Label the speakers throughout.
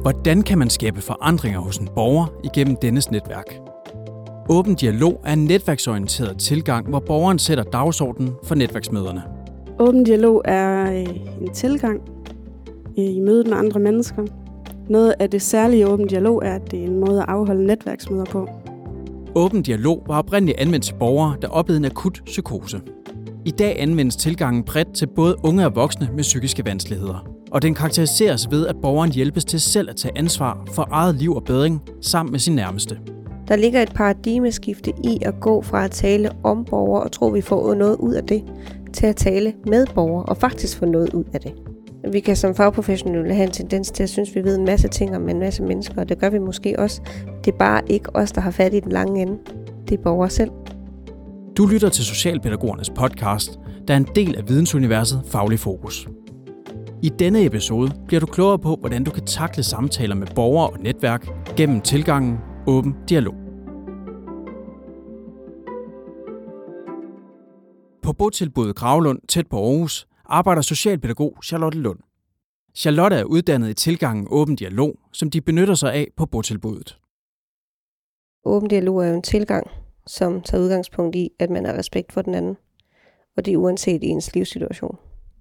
Speaker 1: Hvordan kan man skabe forandringer hos en borger igennem dennes netværk? Åben dialog er en netværksorienteret tilgang, hvor borgeren sætter dagsordenen for netværksmøderne.
Speaker 2: Åben dialog er en tilgang i mødet med andre mennesker. Noget af det særlige i åben dialog er, at det er en måde at afholde netværksmøder på.
Speaker 1: Åben dialog var oprindeligt anvendt til borgere, der oplevede en akut psykose. I dag anvendes tilgangen bredt til både unge og voksne med psykiske vanskeligheder. Og den karakteriseres ved, at borgeren hjælpes til selv at tage ansvar for eget liv og bedring sammen med sin nærmeste.
Speaker 3: Der ligger et paradigmeskifte i at gå fra at tale om borgere og tro, vi får noget ud af det, til at tale med borgere og faktisk få noget ud af det. Vi kan som fagprofessionelle have en tendens til at synes, vi ved en masse ting om en masse mennesker, og det gør vi måske også. Det er bare ikke os, der har fat i den lange ende. Det er borgere selv.
Speaker 1: Du lytter til Socialpædagogernes podcast, der er en del af vidensuniverset Faglig Fokus. I denne episode bliver du klogere på, hvordan du kan takle samtaler med borgere og netværk gennem tilgangen åben dialog. På botilbuddet Gravlund, tæt på Aarhus, arbejder socialpædagog Charlotte Lund. Charlotte er uddannet i tilgangen åben dialog, som de benytter sig af på botilbuddet.
Speaker 3: Åben dialog er jo en tilgang, som tager udgangspunkt i, at man har respekt for den anden, og det er uanset i ens livssituation.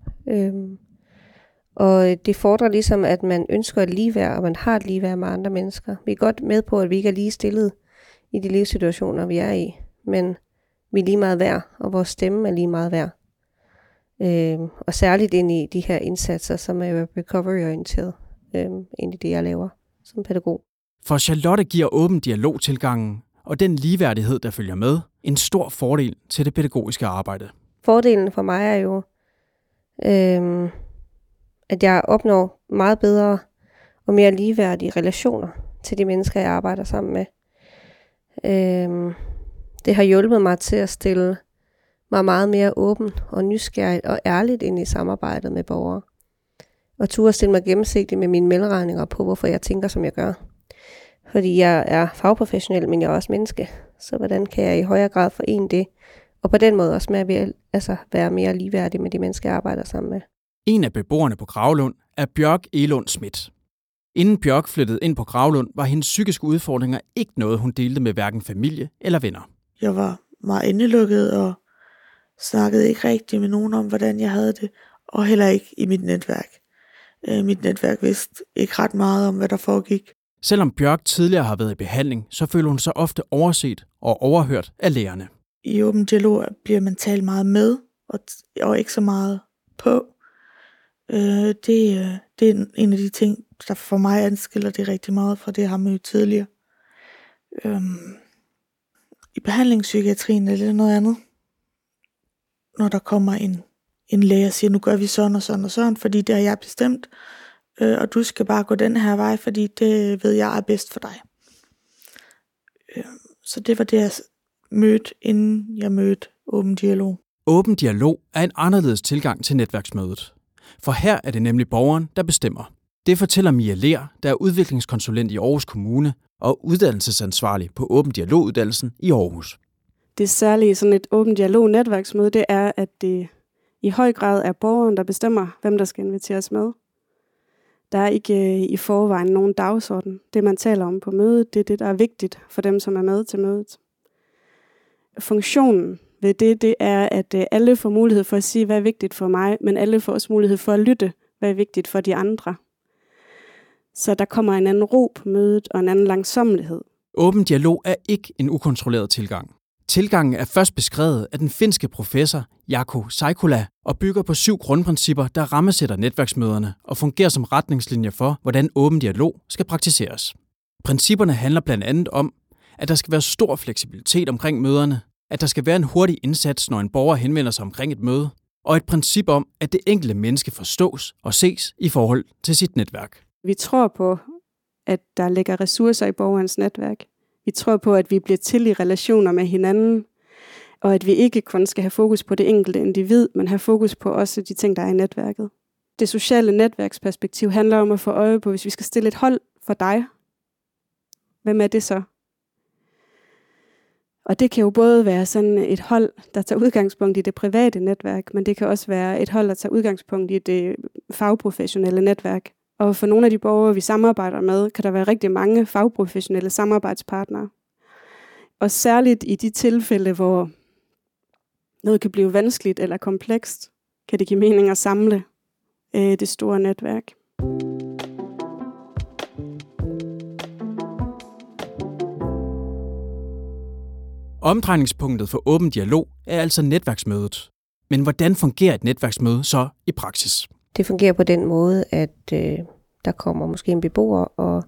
Speaker 3: Og det fordrer ligesom, at man ønsker et ligeværd, og man har et ligeværd med andre mennesker. Vi er godt med på, at vi ikke er lige stillet i de livssituationer, vi er i, men vi er lige meget værd, og vores stemme er lige meget værd. Og særligt ind i de her indsatser, som er recovery-orienteret, ind i det, jeg laver som pædagog.
Speaker 1: For Charlotte giver åben dialog-tilgangen og den ligeværdighed, der følger med, en stor fordel til det pædagogiske arbejde.
Speaker 3: Fordelen for mig er jo, at jeg opnår meget bedre og mere ligeværdige relationer til de mennesker, jeg arbejder sammen med. Det har hjulpet mig til at stille mig meget mere åben og nysgerrigt og ærligt ind i samarbejdet med borgere. Og turde at stille mig gennemsigtigt med mine mellemregninger på, hvorfor jeg tænker, som jeg gør. Fordi jeg er fagprofessionel, men jeg er også menneske. Så hvordan kan jeg i højere grad forene det? Og på den måde også med at være mere ligeværdig med de mennesker, jeg arbejder sammen med.
Speaker 1: En af beboerne på Gravlund er Bjørk Elund Schmidt. Inden Bjørk flyttede ind på Gravlund, var hendes psykiske udfordringer ikke noget, hun delte med hverken familie eller venner.
Speaker 4: Jeg var meget indelukket og snakkede ikke rigtig med nogen om, hvordan jeg havde det, og heller ikke i mit netværk. Mit netværk vidste ikke ret meget om, hvad der foregik.
Speaker 1: Selvom Bjørk tidligere har været i behandling, så føler hun sig ofte overset og overhørt af lægerne.
Speaker 4: I åben dialog bliver man talt meget med, og ikke så meget på. Det er en af de ting, der for mig adskiller det rigtig meget fra det, jeg har mødt tidligere. I behandlingspsykiatrien er det noget andet. Når der kommer en læge og siger, nu gør vi sådan og sådan og sådan, fordi det har jeg bestemt, og du skal bare gå den her vej, fordi det ved jeg er bedst for dig. Så det var det, jeg mødte, inden jeg mødte åben dialog.
Speaker 1: Åben dialog er en anderledes tilgang til netværksmødet. For her er det nemlig borgeren, der bestemmer. Det fortæller Mia Ler, der er udviklingskonsulent i Aarhus Kommune og uddannelsesansvarlig på åben dialoguddannelsen i Aarhus.
Speaker 2: Det særlige i sådan et åben dialog-netværksmøde, det er, at det i høj grad er borgeren, der bestemmer, hvem der skal inviteres med. Der er ikke i forvejen nogen dagsorden. Det, man taler om på mødet, det er det, der er vigtigt for dem, som er med til mødet. Funktionen ved det er, at alle får mulighed for at sige, hvad er vigtigt for mig, men alle får også mulighed for at lytte, hvad er vigtigt for de andre. Så der kommer en anden ro på mødet og en anden langsommelighed.
Speaker 1: Åben dialog er ikke en ukontrolleret tilgang. Tilgangen er først beskrevet af den finske professor Jaakko Saikula og bygger på 7 grundprincipper, der rammesætter netværksmøderne og fungerer som retningslinjer for, hvordan åben dialog skal praktiseres. Principperne handler blandt andet om, at der skal være stor fleksibilitet omkring møderne, at der skal være en hurtig indsats, når en borger henvender sig omkring et møde, og et princip om, at det enkelte menneske forstås og ses i forhold til sit netværk.
Speaker 2: Vi tror på, at der ligger ressourcer i borgerens netværk. Vi tror på, at vi bliver til i relationer med hinanden, og at vi ikke kun skal have fokus på det enkelte individ, men have fokus på også de ting, der er i netværket. Det sociale netværksperspektiv handler om at få øje på, hvis vi skal stille et hold for dig. Hvem er det så? Og det kan jo både være sådan et hold, der tager udgangspunkt i det private netværk, men det kan også være et hold, der tager udgangspunkt i det fagprofessionelle netværk. Og for nogle af de borgere, vi samarbejder med, kan der være rigtig mange fagprofessionelle samarbejdspartnere. Og særligt i de tilfælde, hvor noget kan blive vanskeligt eller komplekst, kan det give mening at samle det store netværk.
Speaker 1: Omdrejningspunktet for åben dialog er altså netværksmødet. Men hvordan fungerer et netværksmøde så i praksis?
Speaker 3: Det fungerer på den måde, at der kommer måske en beboer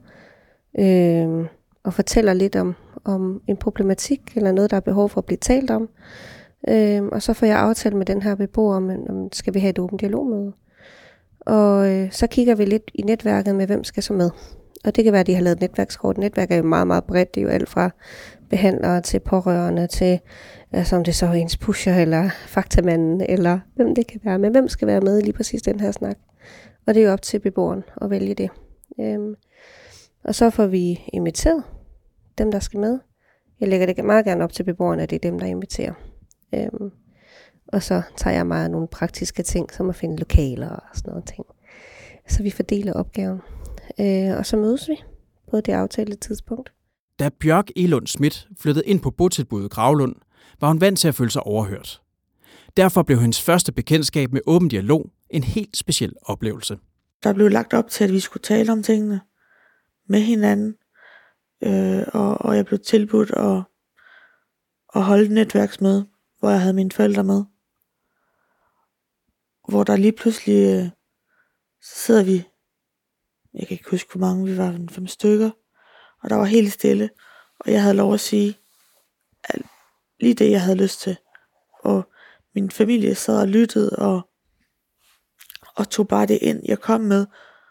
Speaker 3: og fortæller lidt om en problematik eller noget, der er behov for at blive talt om. Og så får jeg aftalt med den her beboer, om skal vi have et åbent dialogmøde. Og så kigger vi lidt i netværket med, hvem skal så med. Og det kan være, at de har lavet netværkskort. Netværk er jo meget, meget bredt. Det er jo alt fra behandlere til pårørende til, altså om det så er ens pusher eller faktamanden, eller hvem det kan være. Men hvem skal være med i lige præcis den her snak? Og det er jo op til beboeren at vælge det. Og så får vi inviteret dem, der skal med. Jeg lægger det meget gerne op til beboerne, at det er dem, der inviterer. Og så tager jeg meget nogle praktiske ting, som at finde lokaler og sådan noget ting. Så vi fordeler opgaven. Og så mødes vi på det aftalte tidspunkt.
Speaker 1: Da Bjørk Elund Schmidt flyttede ind på botilbuddet Gravlund, var hun vant til at føle sig overhørt. Derfor blev hendes første bekendtskab med åben dialog en helt speciel oplevelse.
Speaker 4: Der blev lagt op til, at vi skulle tale om tingene med hinanden, og jeg blev tilbudt at holde et netværksmøde, hvor jeg havde mine forældre med. Hvor der lige pludselig, så sidder vi, jeg kan ikke huske hvor mange, vi var 5 stykker, og der var helt stille, og jeg havde lov at sige lige det, jeg havde lyst til. Og min familie sad og lyttede, og tog bare det ind, jeg kom med.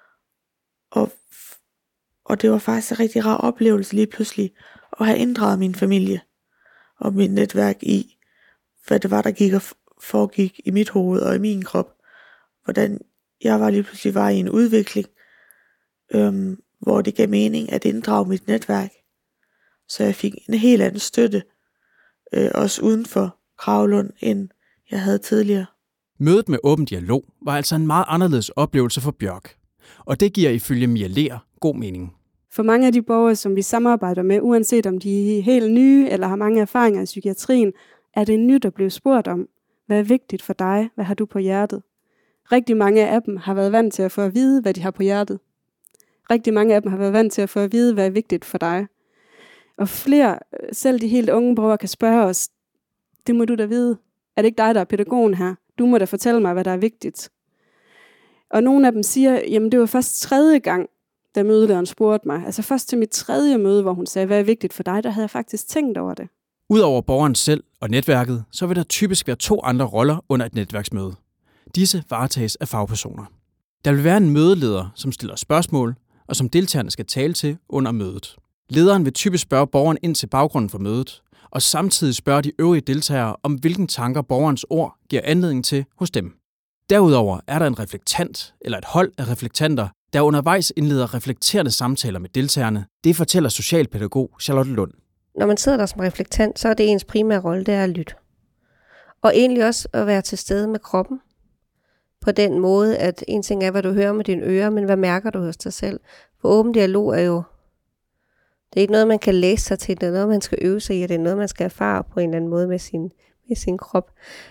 Speaker 4: Og det var faktisk en rigtig rar oplevelse lige pludselig, at have inddraget min familie og mit netværk i, hvad det var, der gik og foregik i mit hoved og i min krop. Hvordan jeg var lige pludselig var i en udvikling, hvor det gav mening at inddrage mit netværk. Så jeg fik en helt anden støtte, også uden for Gravlund, end jeg havde tidligere.
Speaker 1: Mødet med åben dialog var altså en meget anderledes oplevelse for Bjørk. Og det giver ifølge Mia Lehr god mening.
Speaker 2: For mange af de borgere, som vi samarbejder med, uanset om de er helt nye eller har mange erfaringer i psykiatrien, er det nyt at blive spurgt om, hvad er vigtigt for dig, hvad har du på hjertet? Rigtig mange af dem har været vant til at få at vide, hvad de har på hjertet. Rigtig mange af dem har været vant til at få at vide, hvad er vigtigt for dig. Og flere, selv de helt unge borgere, kan spørge os, det må du da vide. Er det ikke dig, der er pædagogen her? Du må da fortælle mig, hvad der er vigtigt. Og nogle af dem siger, jamen det var først 3. gang, da mødelederen spurgte mig. Altså først til mit 3. møde, hvor hun sagde, hvad er vigtigt for dig, der havde jeg faktisk tænkt over det.
Speaker 1: Udover borgeren selv og netværket, så vil der typisk være 2 andre roller under et netværksmøde. Disse varetages af fagpersoner. Der vil være en mødeleder, som stiller spørgsmål, og som deltagerne skal tale til under mødet. Lederen vil typisk spørge borgeren ind til baggrunden for mødet, og samtidig spørge de øvrige deltagere om, hvilke tanker borgerens ord giver anledning til hos dem. Derudover er der en reflektant eller et hold af reflektanter, der undervejs indleder reflekterende samtaler med deltagerne. Det fortæller socialpædagog Charlotte Lund.
Speaker 3: Når man sidder der som reflektant, så er det ens primære rolle, det er at lytte. Og egentlig også at være til stede med kroppen. På den måde, at en ting er, hvad du hører med dine ører, men hvad mærker du hos dig selv? For åben dialog er jo, det er ikke noget, man kan læse sig til, det er noget, man skal øve sig i, og det er noget, man skal erfare på en eller anden måde med sin krop.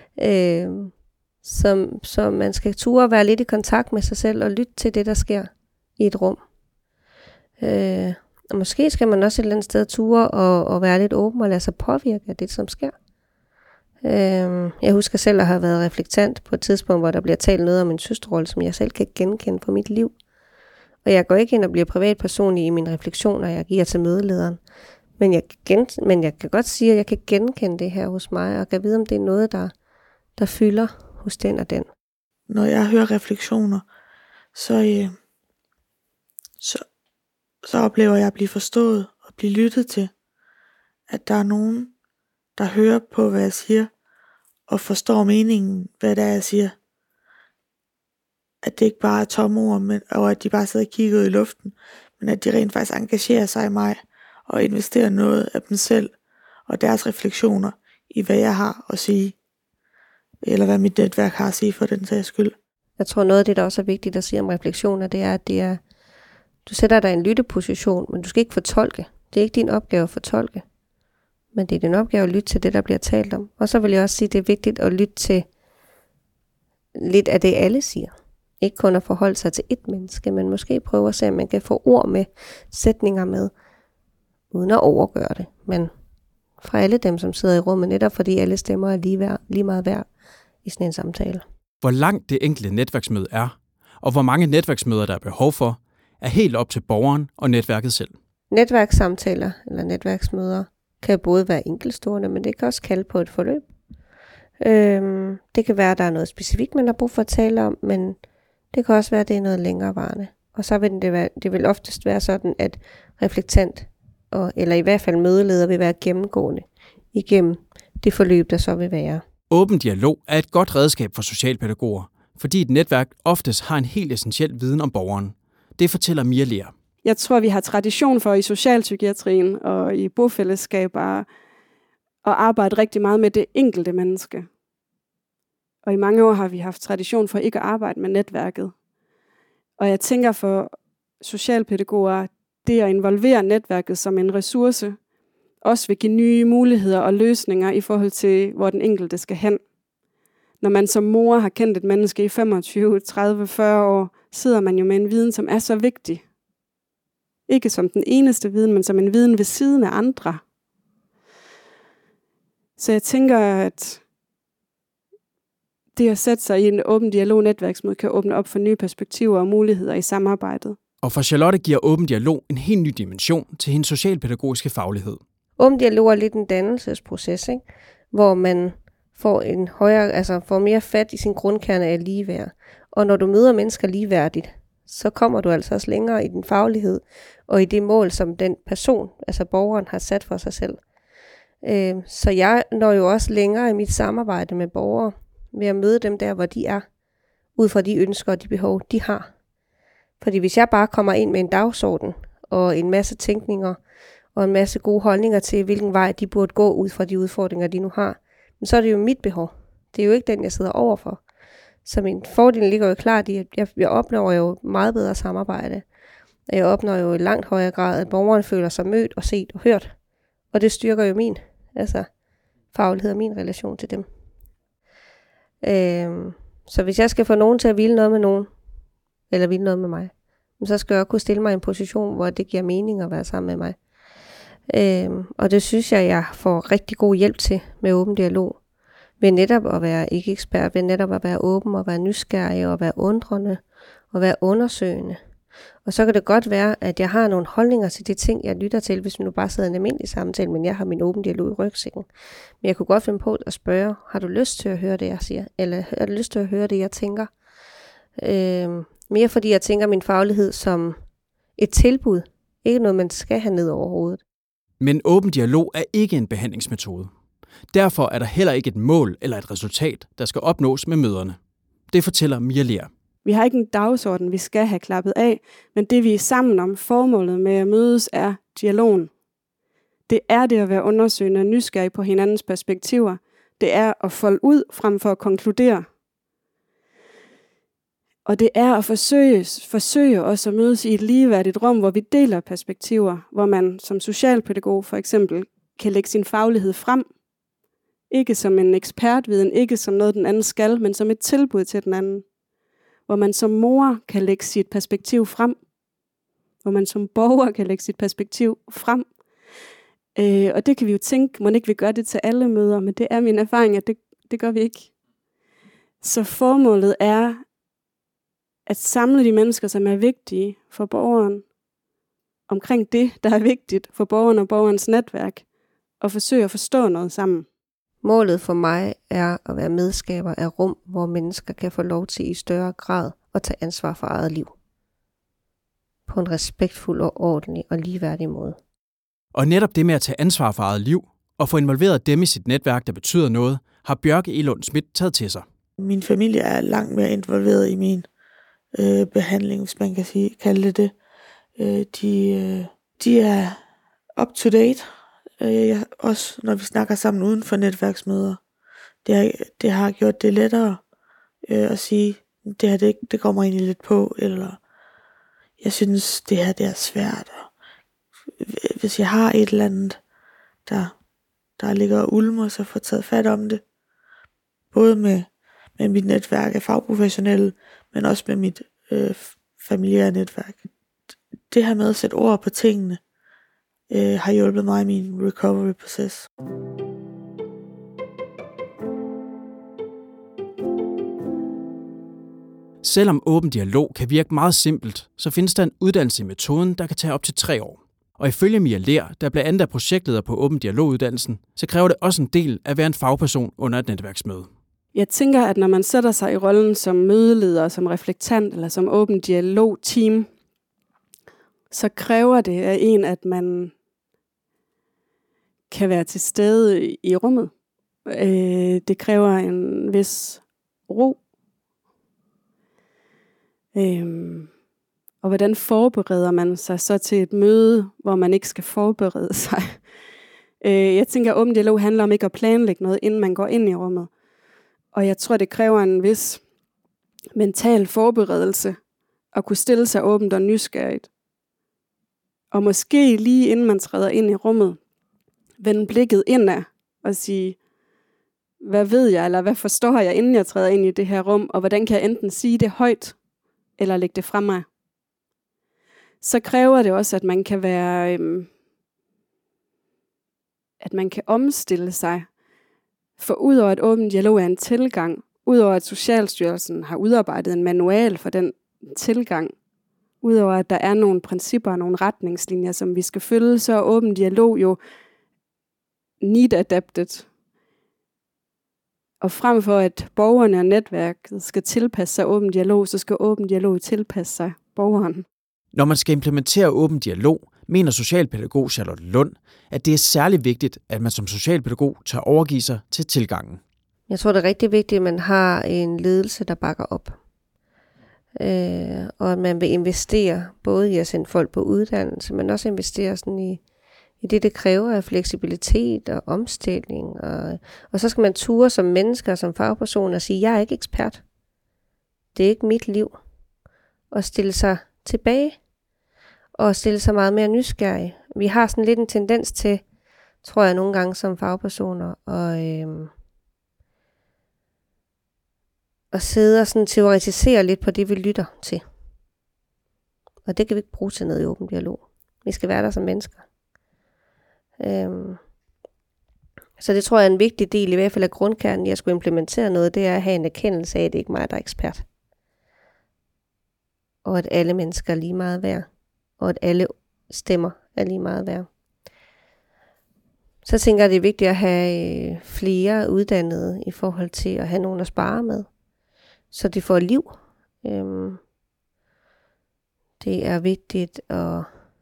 Speaker 3: Så man skal ture at være lidt i kontakt med sig selv og lytte til det, der sker i et rum. Og måske skal man også et eller andet sted ture og være lidt åben og lade sig påvirke af det, som sker. Jeg husker selv at have været reflektant på et tidspunkt, hvor der bliver talt noget om en søsterrolle, som jeg selv kan genkende på mit liv. Og jeg går ikke ind og bliver privatpersonlig i mine refleksioner, jeg giver til mødelederen. Men jeg kan godt sige, at jeg kan genkende det her hos mig, og kan vide, om det er noget, der fylder hos den og den.
Speaker 4: Når jeg hører refleksioner, så oplever jeg at blive forstået og blive lyttet til. At der er nogen, der hører på, hvad jeg siger, og forstår meningen, hvad det er, jeg siger. At det ikke bare er tomme ord, og at de bare sidder og kigger ud i luften, men at de rent faktisk engagerer sig i mig, og investerer noget af dem selv, og deres refleksioner i, hvad jeg har at sige, eller hvad mit netværk har at sige for den sags skyld.
Speaker 3: Jeg tror noget af det, der også er vigtigt at sige om refleksioner, det er, at det er Du sætter dig i en lytteposition, men du skal ikke fortolke. Det er ikke din opgave at fortolke. Men det er din opgave at lytte til det, der bliver talt om. Og så vil jeg også sige, at det er vigtigt at lytte til lidt af det, alle siger. Ikke kun at forholde sig til ét menneske, men måske prøve at se, om man kan få ord med, sætninger med, uden at overgøre det. Men fra alle dem, som sidder i rummet, netop fordi alle stemmer er lige meget værd i sådan en samtale.
Speaker 1: Hvor langt det enkelte netværksmøde er, og hvor mange netværksmøder der er behov for, er helt op til borgeren og netværket selv.
Speaker 3: Netværkssamtaler eller netværksmøder kan både være enkeltstående, men det kan også kalde på et forløb. Det kan være, at der er noget specifikt, man har brug for at tale om, men det kan også være, at det er noget længerevarende. Og så vil det vil oftest være sådan, at reflektant, eller i hvert fald mødeleder, vil være gennemgående igennem det forløb, der så vil være.
Speaker 1: Åben dialog er et godt redskab for socialpædagoger, fordi et netværk oftest har en helt essentiel viden om borgeren. Det fortæller Mia Lear.
Speaker 2: Jeg tror, vi har tradition for i socialpsykiatrien og i bofællesskaber at arbejde rigtig meget med det enkelte menneske. Og i mange år har vi haft tradition for ikke at arbejde med netværket. Og jeg tænker for socialpædagoger, det at involvere netværket som en ressource, også vil give nye muligheder og løsninger i forhold til, hvor den enkelte skal hen. Når man som mor har kendt et menneske i 25, 30, 40 år, sidder man jo med en viden, som er så vigtig. Ikke som den eneste viden, men som en viden ved siden af andre. Så jeg tænker, at det at sætte sig i en åben dialog-netværksmøde kan åbne op for nye perspektiver og muligheder i samarbejdet.
Speaker 1: Og for Charlotte giver åben dialog en helt ny dimension til hendes socialpædagogiske faglighed.
Speaker 3: Åben dialog er lidt en dannelsesproces, ikke? Hvor man får mere fat i sin grundkerne af ligeværd. Og når du møder mennesker ligeværdigt, så kommer du altså også længere i din faglighed og i det mål, som den person, altså borgeren, har sat for sig selv. Så jeg når jo også længere i mit samarbejde med borgere ved at møde dem der, hvor de er, ud fra de ønsker og de behov, de har. Fordi hvis jeg bare kommer ind med en dagsorden og en masse tænkninger og en masse gode holdninger til, hvilken vej de burde gå ud fra de udfordringer, de nu har, men så er det jo mit behov. Det er jo ikke den, jeg sidder overfor. Så min fordel ligger jo klart i, at jeg opnår jo meget bedre samarbejde. Jeg opnår jo i langt højere grad, at borgeren føler sig mødt og set og hørt. Og det styrker jo min faglighed og min relation til dem. Så hvis jeg skal få nogen til at ville noget med nogen, eller ville noget med mig, så skal jeg kunne stille mig i en position, hvor det giver mening at være sammen med mig. Og det synes jeg får rigtig god hjælp til med åben dialog. Ved netop at være ikke ekspert, ved netop at være åben og være nysgerrig og være undrende og være undersøgende. Og så kan det godt være, at jeg har nogle holdninger til de ting, jeg lytter til, hvis vi nu bare sidder i en almindelig samtale, men jeg har min åben dialog i rygsækken. Men jeg kunne godt finde på at spørge, har du lyst til at høre det, jeg siger? Eller har du lyst til at høre det, jeg tænker? Mere fordi jeg tænker min faglighed som et tilbud, ikke noget, man skal have ned over hovedet.
Speaker 1: Men åben dialog er ikke en behandlingsmetode. Derfor er der heller ikke et mål eller et resultat, der skal opnås med møderne. Det fortæller Mia Lear.
Speaker 2: Vi har ikke en dagsorden, vi skal have klappet af, men det vi er sammen om, formålet med at mødes, er dialogen. Det er det at være undersøgende og nysgerrig på hinandens perspektiver. Det er at folde ud frem for at konkludere. Og det er at forsøge også at mødes i et ligeværdigt rum, hvor vi deler perspektiver, hvor man som socialpædagog for eksempel kan lægge sin faglighed frem. Ikke som en ekspertviden, ikke som noget den anden skal, men som et tilbud til den anden. Hvor man som mor kan lægge sit perspektiv frem. Hvor man som borger kan lægge sit perspektiv frem. Og det kan vi jo tænke, må ikke vi gør det til alle møder, men det er min erfaring, at det gør vi ikke. Så formålet er at samle de mennesker, som er vigtige for borgeren, omkring det, der er vigtigt for borgeren og borgerens netværk, og forsøge at forstå noget sammen.
Speaker 3: Målet for mig er at være medskaber af rum, hvor mennesker kan få lov til i større grad at tage ansvar for eget liv. På en respektfuld og ordentlig og ligeværdig måde.
Speaker 1: Og netop det med at tage ansvar for eget liv og få involveret dem i sit netværk, der betyder noget, har Bjørke Elund Schmidt taget til sig. Min
Speaker 4: familie er langt mere involveret i min behandling, hvis man kan kalde det. De er up to date. Også når vi snakker sammen uden for netværksmøder. Det har gjort det lettere at sige, det her det kommer egentlig lidt på, eller jeg synes, det her det er svært. Og hvis jeg har et eller andet, der ligger og ulmer, så får taget fat om det. Både med mit netværk af fagprofessionelle, men også med mit familiære netværk. Det her med at sætte ord på tingene, har hjulpet mig i min recovery-proces.
Speaker 1: Selvom åben dialog kan virke meget simpelt, så findes der en uddannelse i metoden, der kan tage op til 3 år. Og ifølge Mia Ler, der blandt andet er projektleder på åben dialoguddannelsen, så kræver det også en del at være en fagperson under et netværksmøde.
Speaker 2: Jeg tænker, at når man sætter sig i rollen som mødeleder, som reflektant eller som åben dialog-team, så kræver det af en, at man kan være til stede i rummet. Det kræver en vis ro. Og hvordan forbereder man sig så til et møde, hvor man ikke skal forberede sig? Jeg tænker, at åben dialog handler om ikke at planlægge noget, inden man går ind i rummet. Og jeg tror, det kræver en vis mental forberedelse at kunne stille sig åbent og nysgerrigt. Og måske lige inden man træder ind i rummet, vende blikket indad og sige, hvad ved jeg, eller hvad forstår jeg, inden jeg træder ind i det her rum, og hvordan kan jeg enten sige det højt, eller lægge det fra mig. Så kræver det også, at man kan være, at man kan omstille sig. For udover at åben dialog er en tilgang, udover at Socialstyrelsen har udarbejdet en manual for den tilgang, udover at der er nogle principper og nogle retningslinjer, som vi skal følge, så er åben dialog jo need adapted. Og frem for at borgerne og netværket skal tilpasse sig åben dialog, så skal åben dialog tilpasse sig borgeren.
Speaker 1: Når man skal implementere åben dialog, mener socialpædagog Charlotte Lund, at det er særlig vigtigt, at man som socialpædagog tør overgive sig til tilgangen.
Speaker 3: Jeg tror, det er rigtig vigtigt, at man har en ledelse, der bakker op. Og at man vil investere både i at sende folk på uddannelse, men også investere sådan i det kræver af fleksibilitet og omstilling. Og så skal man ture som mennesker, som fagpersoner og sige, jeg er ikke ekspert. Det er ikke mit liv. Og stille sig tilbage og stille sig meget mere nysgerrig. Vi har sådan lidt en tendens til, tror jeg nogle gange som fagpersoner, at sidde og sådan teoretisere lidt på det, vi lytter til. Og det kan vi ikke bruge til noget i åben dialog. Vi skal være der som mennesker. Så det tror jeg er en vigtig del, i hvert fald af grundkernen, jeg skulle implementere noget, det er at have en erkendelse af, at det ikke er mig, der er ekspert. Og at alle mennesker er lige meget værd. Og at alle stemmer er lige meget værd. Så tænker jeg, det er vigtigt at have flere uddannede i forhold til at have nogen at spare med. Så de får liv. Det er vigtigt at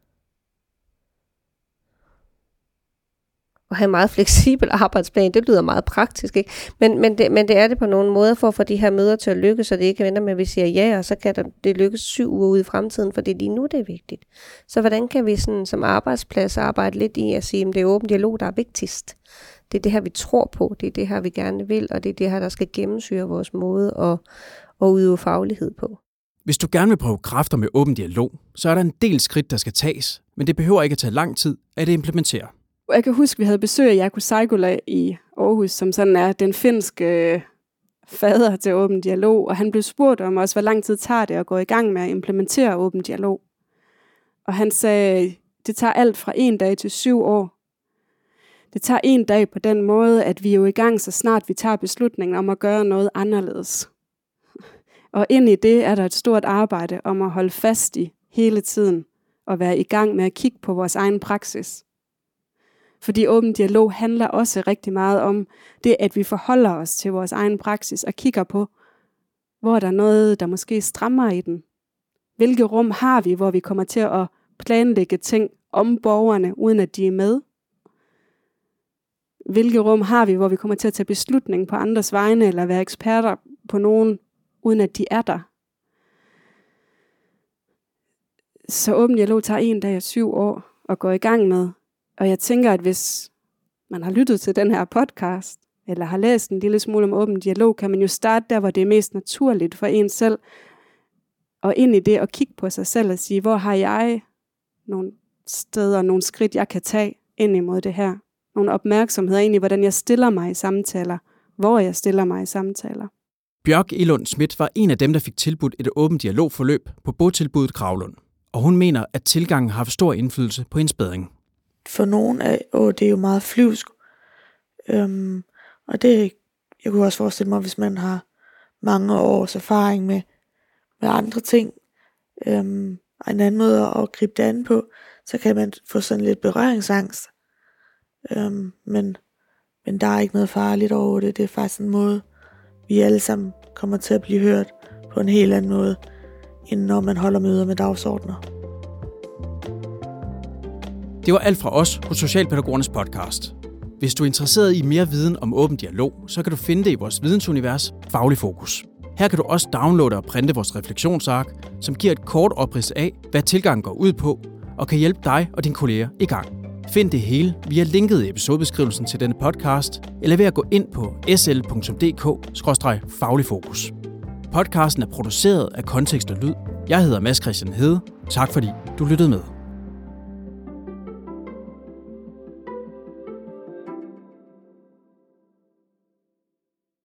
Speaker 3: have en meget fleksibel arbejdsplan. Det lyder meget praktisk, ikke? Men det er det på nogle måder for at få de her møder til at lykkes, så det ikke venter med, at vi siger ja, og så kan det lykkes 7 uger ude i fremtiden, for det er lige nu, det er vigtigt. Så hvordan kan vi sådan, som arbejdsplads arbejde lidt i at sige, at det er åben dialog, der er vigtigst. Det er det her, vi tror på, det er det her, vi gerne vil, og det er det her, der skal gennemsyre vores måde at udøve faglighed på.
Speaker 1: Hvis du gerne vil prøve kræfter med åben dialog, så er der en del skridt, der skal tages, men det behøver ikke at tage lang tid at implementere.
Speaker 2: Jeg kan huske, at vi havde besøg af Jaakko Saikola i Aarhus, som sådan er den finske fader til åben dialog, og han blev spurgt om også, hvor lang tid tager det at gå i gang med at implementere åben dialog. Og han sagde, det tager alt fra 1 dag til 7 år. Det tager 1 dag på den måde, at vi er jo i gang, så snart vi tager beslutningen om at gøre noget anderledes. Og ind i det er der et stort arbejde om at holde fast i hele tiden, og være i gang med at kigge på vores egen praksis. Fordi åben dialog handler også rigtig meget om det, at vi forholder os til vores egen praksis og kigger på, hvor der er noget, der måske strammer i den. Hvilke rum har vi, hvor vi kommer til at planlægge ting om borgerne, uden at de er med? Hvilke rum har vi, hvor vi kommer til at tage beslutning på andres vegne, eller være eksperter på nogen, uden at de er der? Så åben dialog tager 1 dag og 7 år at gå i gang med. Og jeg tænker, at hvis man har lyttet til den her podcast, eller har læst en lille smule om åben dialog, kan man jo starte der, hvor det er mest naturligt for en selv Og ind i det at kigge på sig selv og sige, hvor har jeg nogle steder, nogle skridt, jeg kan tage ind imod det her. Nogle opmærksomheder ind i, hvordan jeg stiller mig i samtaler, hvor jeg stiller mig i samtaler.
Speaker 1: Bjørk Elund Schmidt var en af dem, der fik tilbudt et åbent dialogforløb på botilbuddet Gravlund. Og hun mener, at tilgangen har haft stor indflydelse på hendes bedring.
Speaker 4: For nogen det er jo meget flyvsk. Og det, jeg kunne også forestille mig, hvis man har mange års erfaring med andre ting, og en anden måde at gribe det an på, så kan man få sådan lidt berøringsangst. Men der er ikke noget farligt over det. Det er faktisk en måde, vi alle sammen kommer til at blive hørt på en helt anden måde, end når man holder møder med dagsordner.
Speaker 1: Det var alt fra os hos Socialpædagogernes podcast. Hvis du er interesseret i mere viden om åben dialog, så kan du finde det i vores vidensunivers Faglig Fokus. Her kan du også downloade og printe vores refleksionsark, som giver et kort oprids af, hvad tilgangen går ud på, og kan hjælpe dig og dine kolleger i gang. Find det hele via linket i episodebeskrivelsen til denne podcast, eller ved at gå ind på sl.dk/fagligfokus. Podcasten er produceret af Kontekst og Lyd. Jeg hedder Mads Christian Hede. Tak fordi du lyttede med.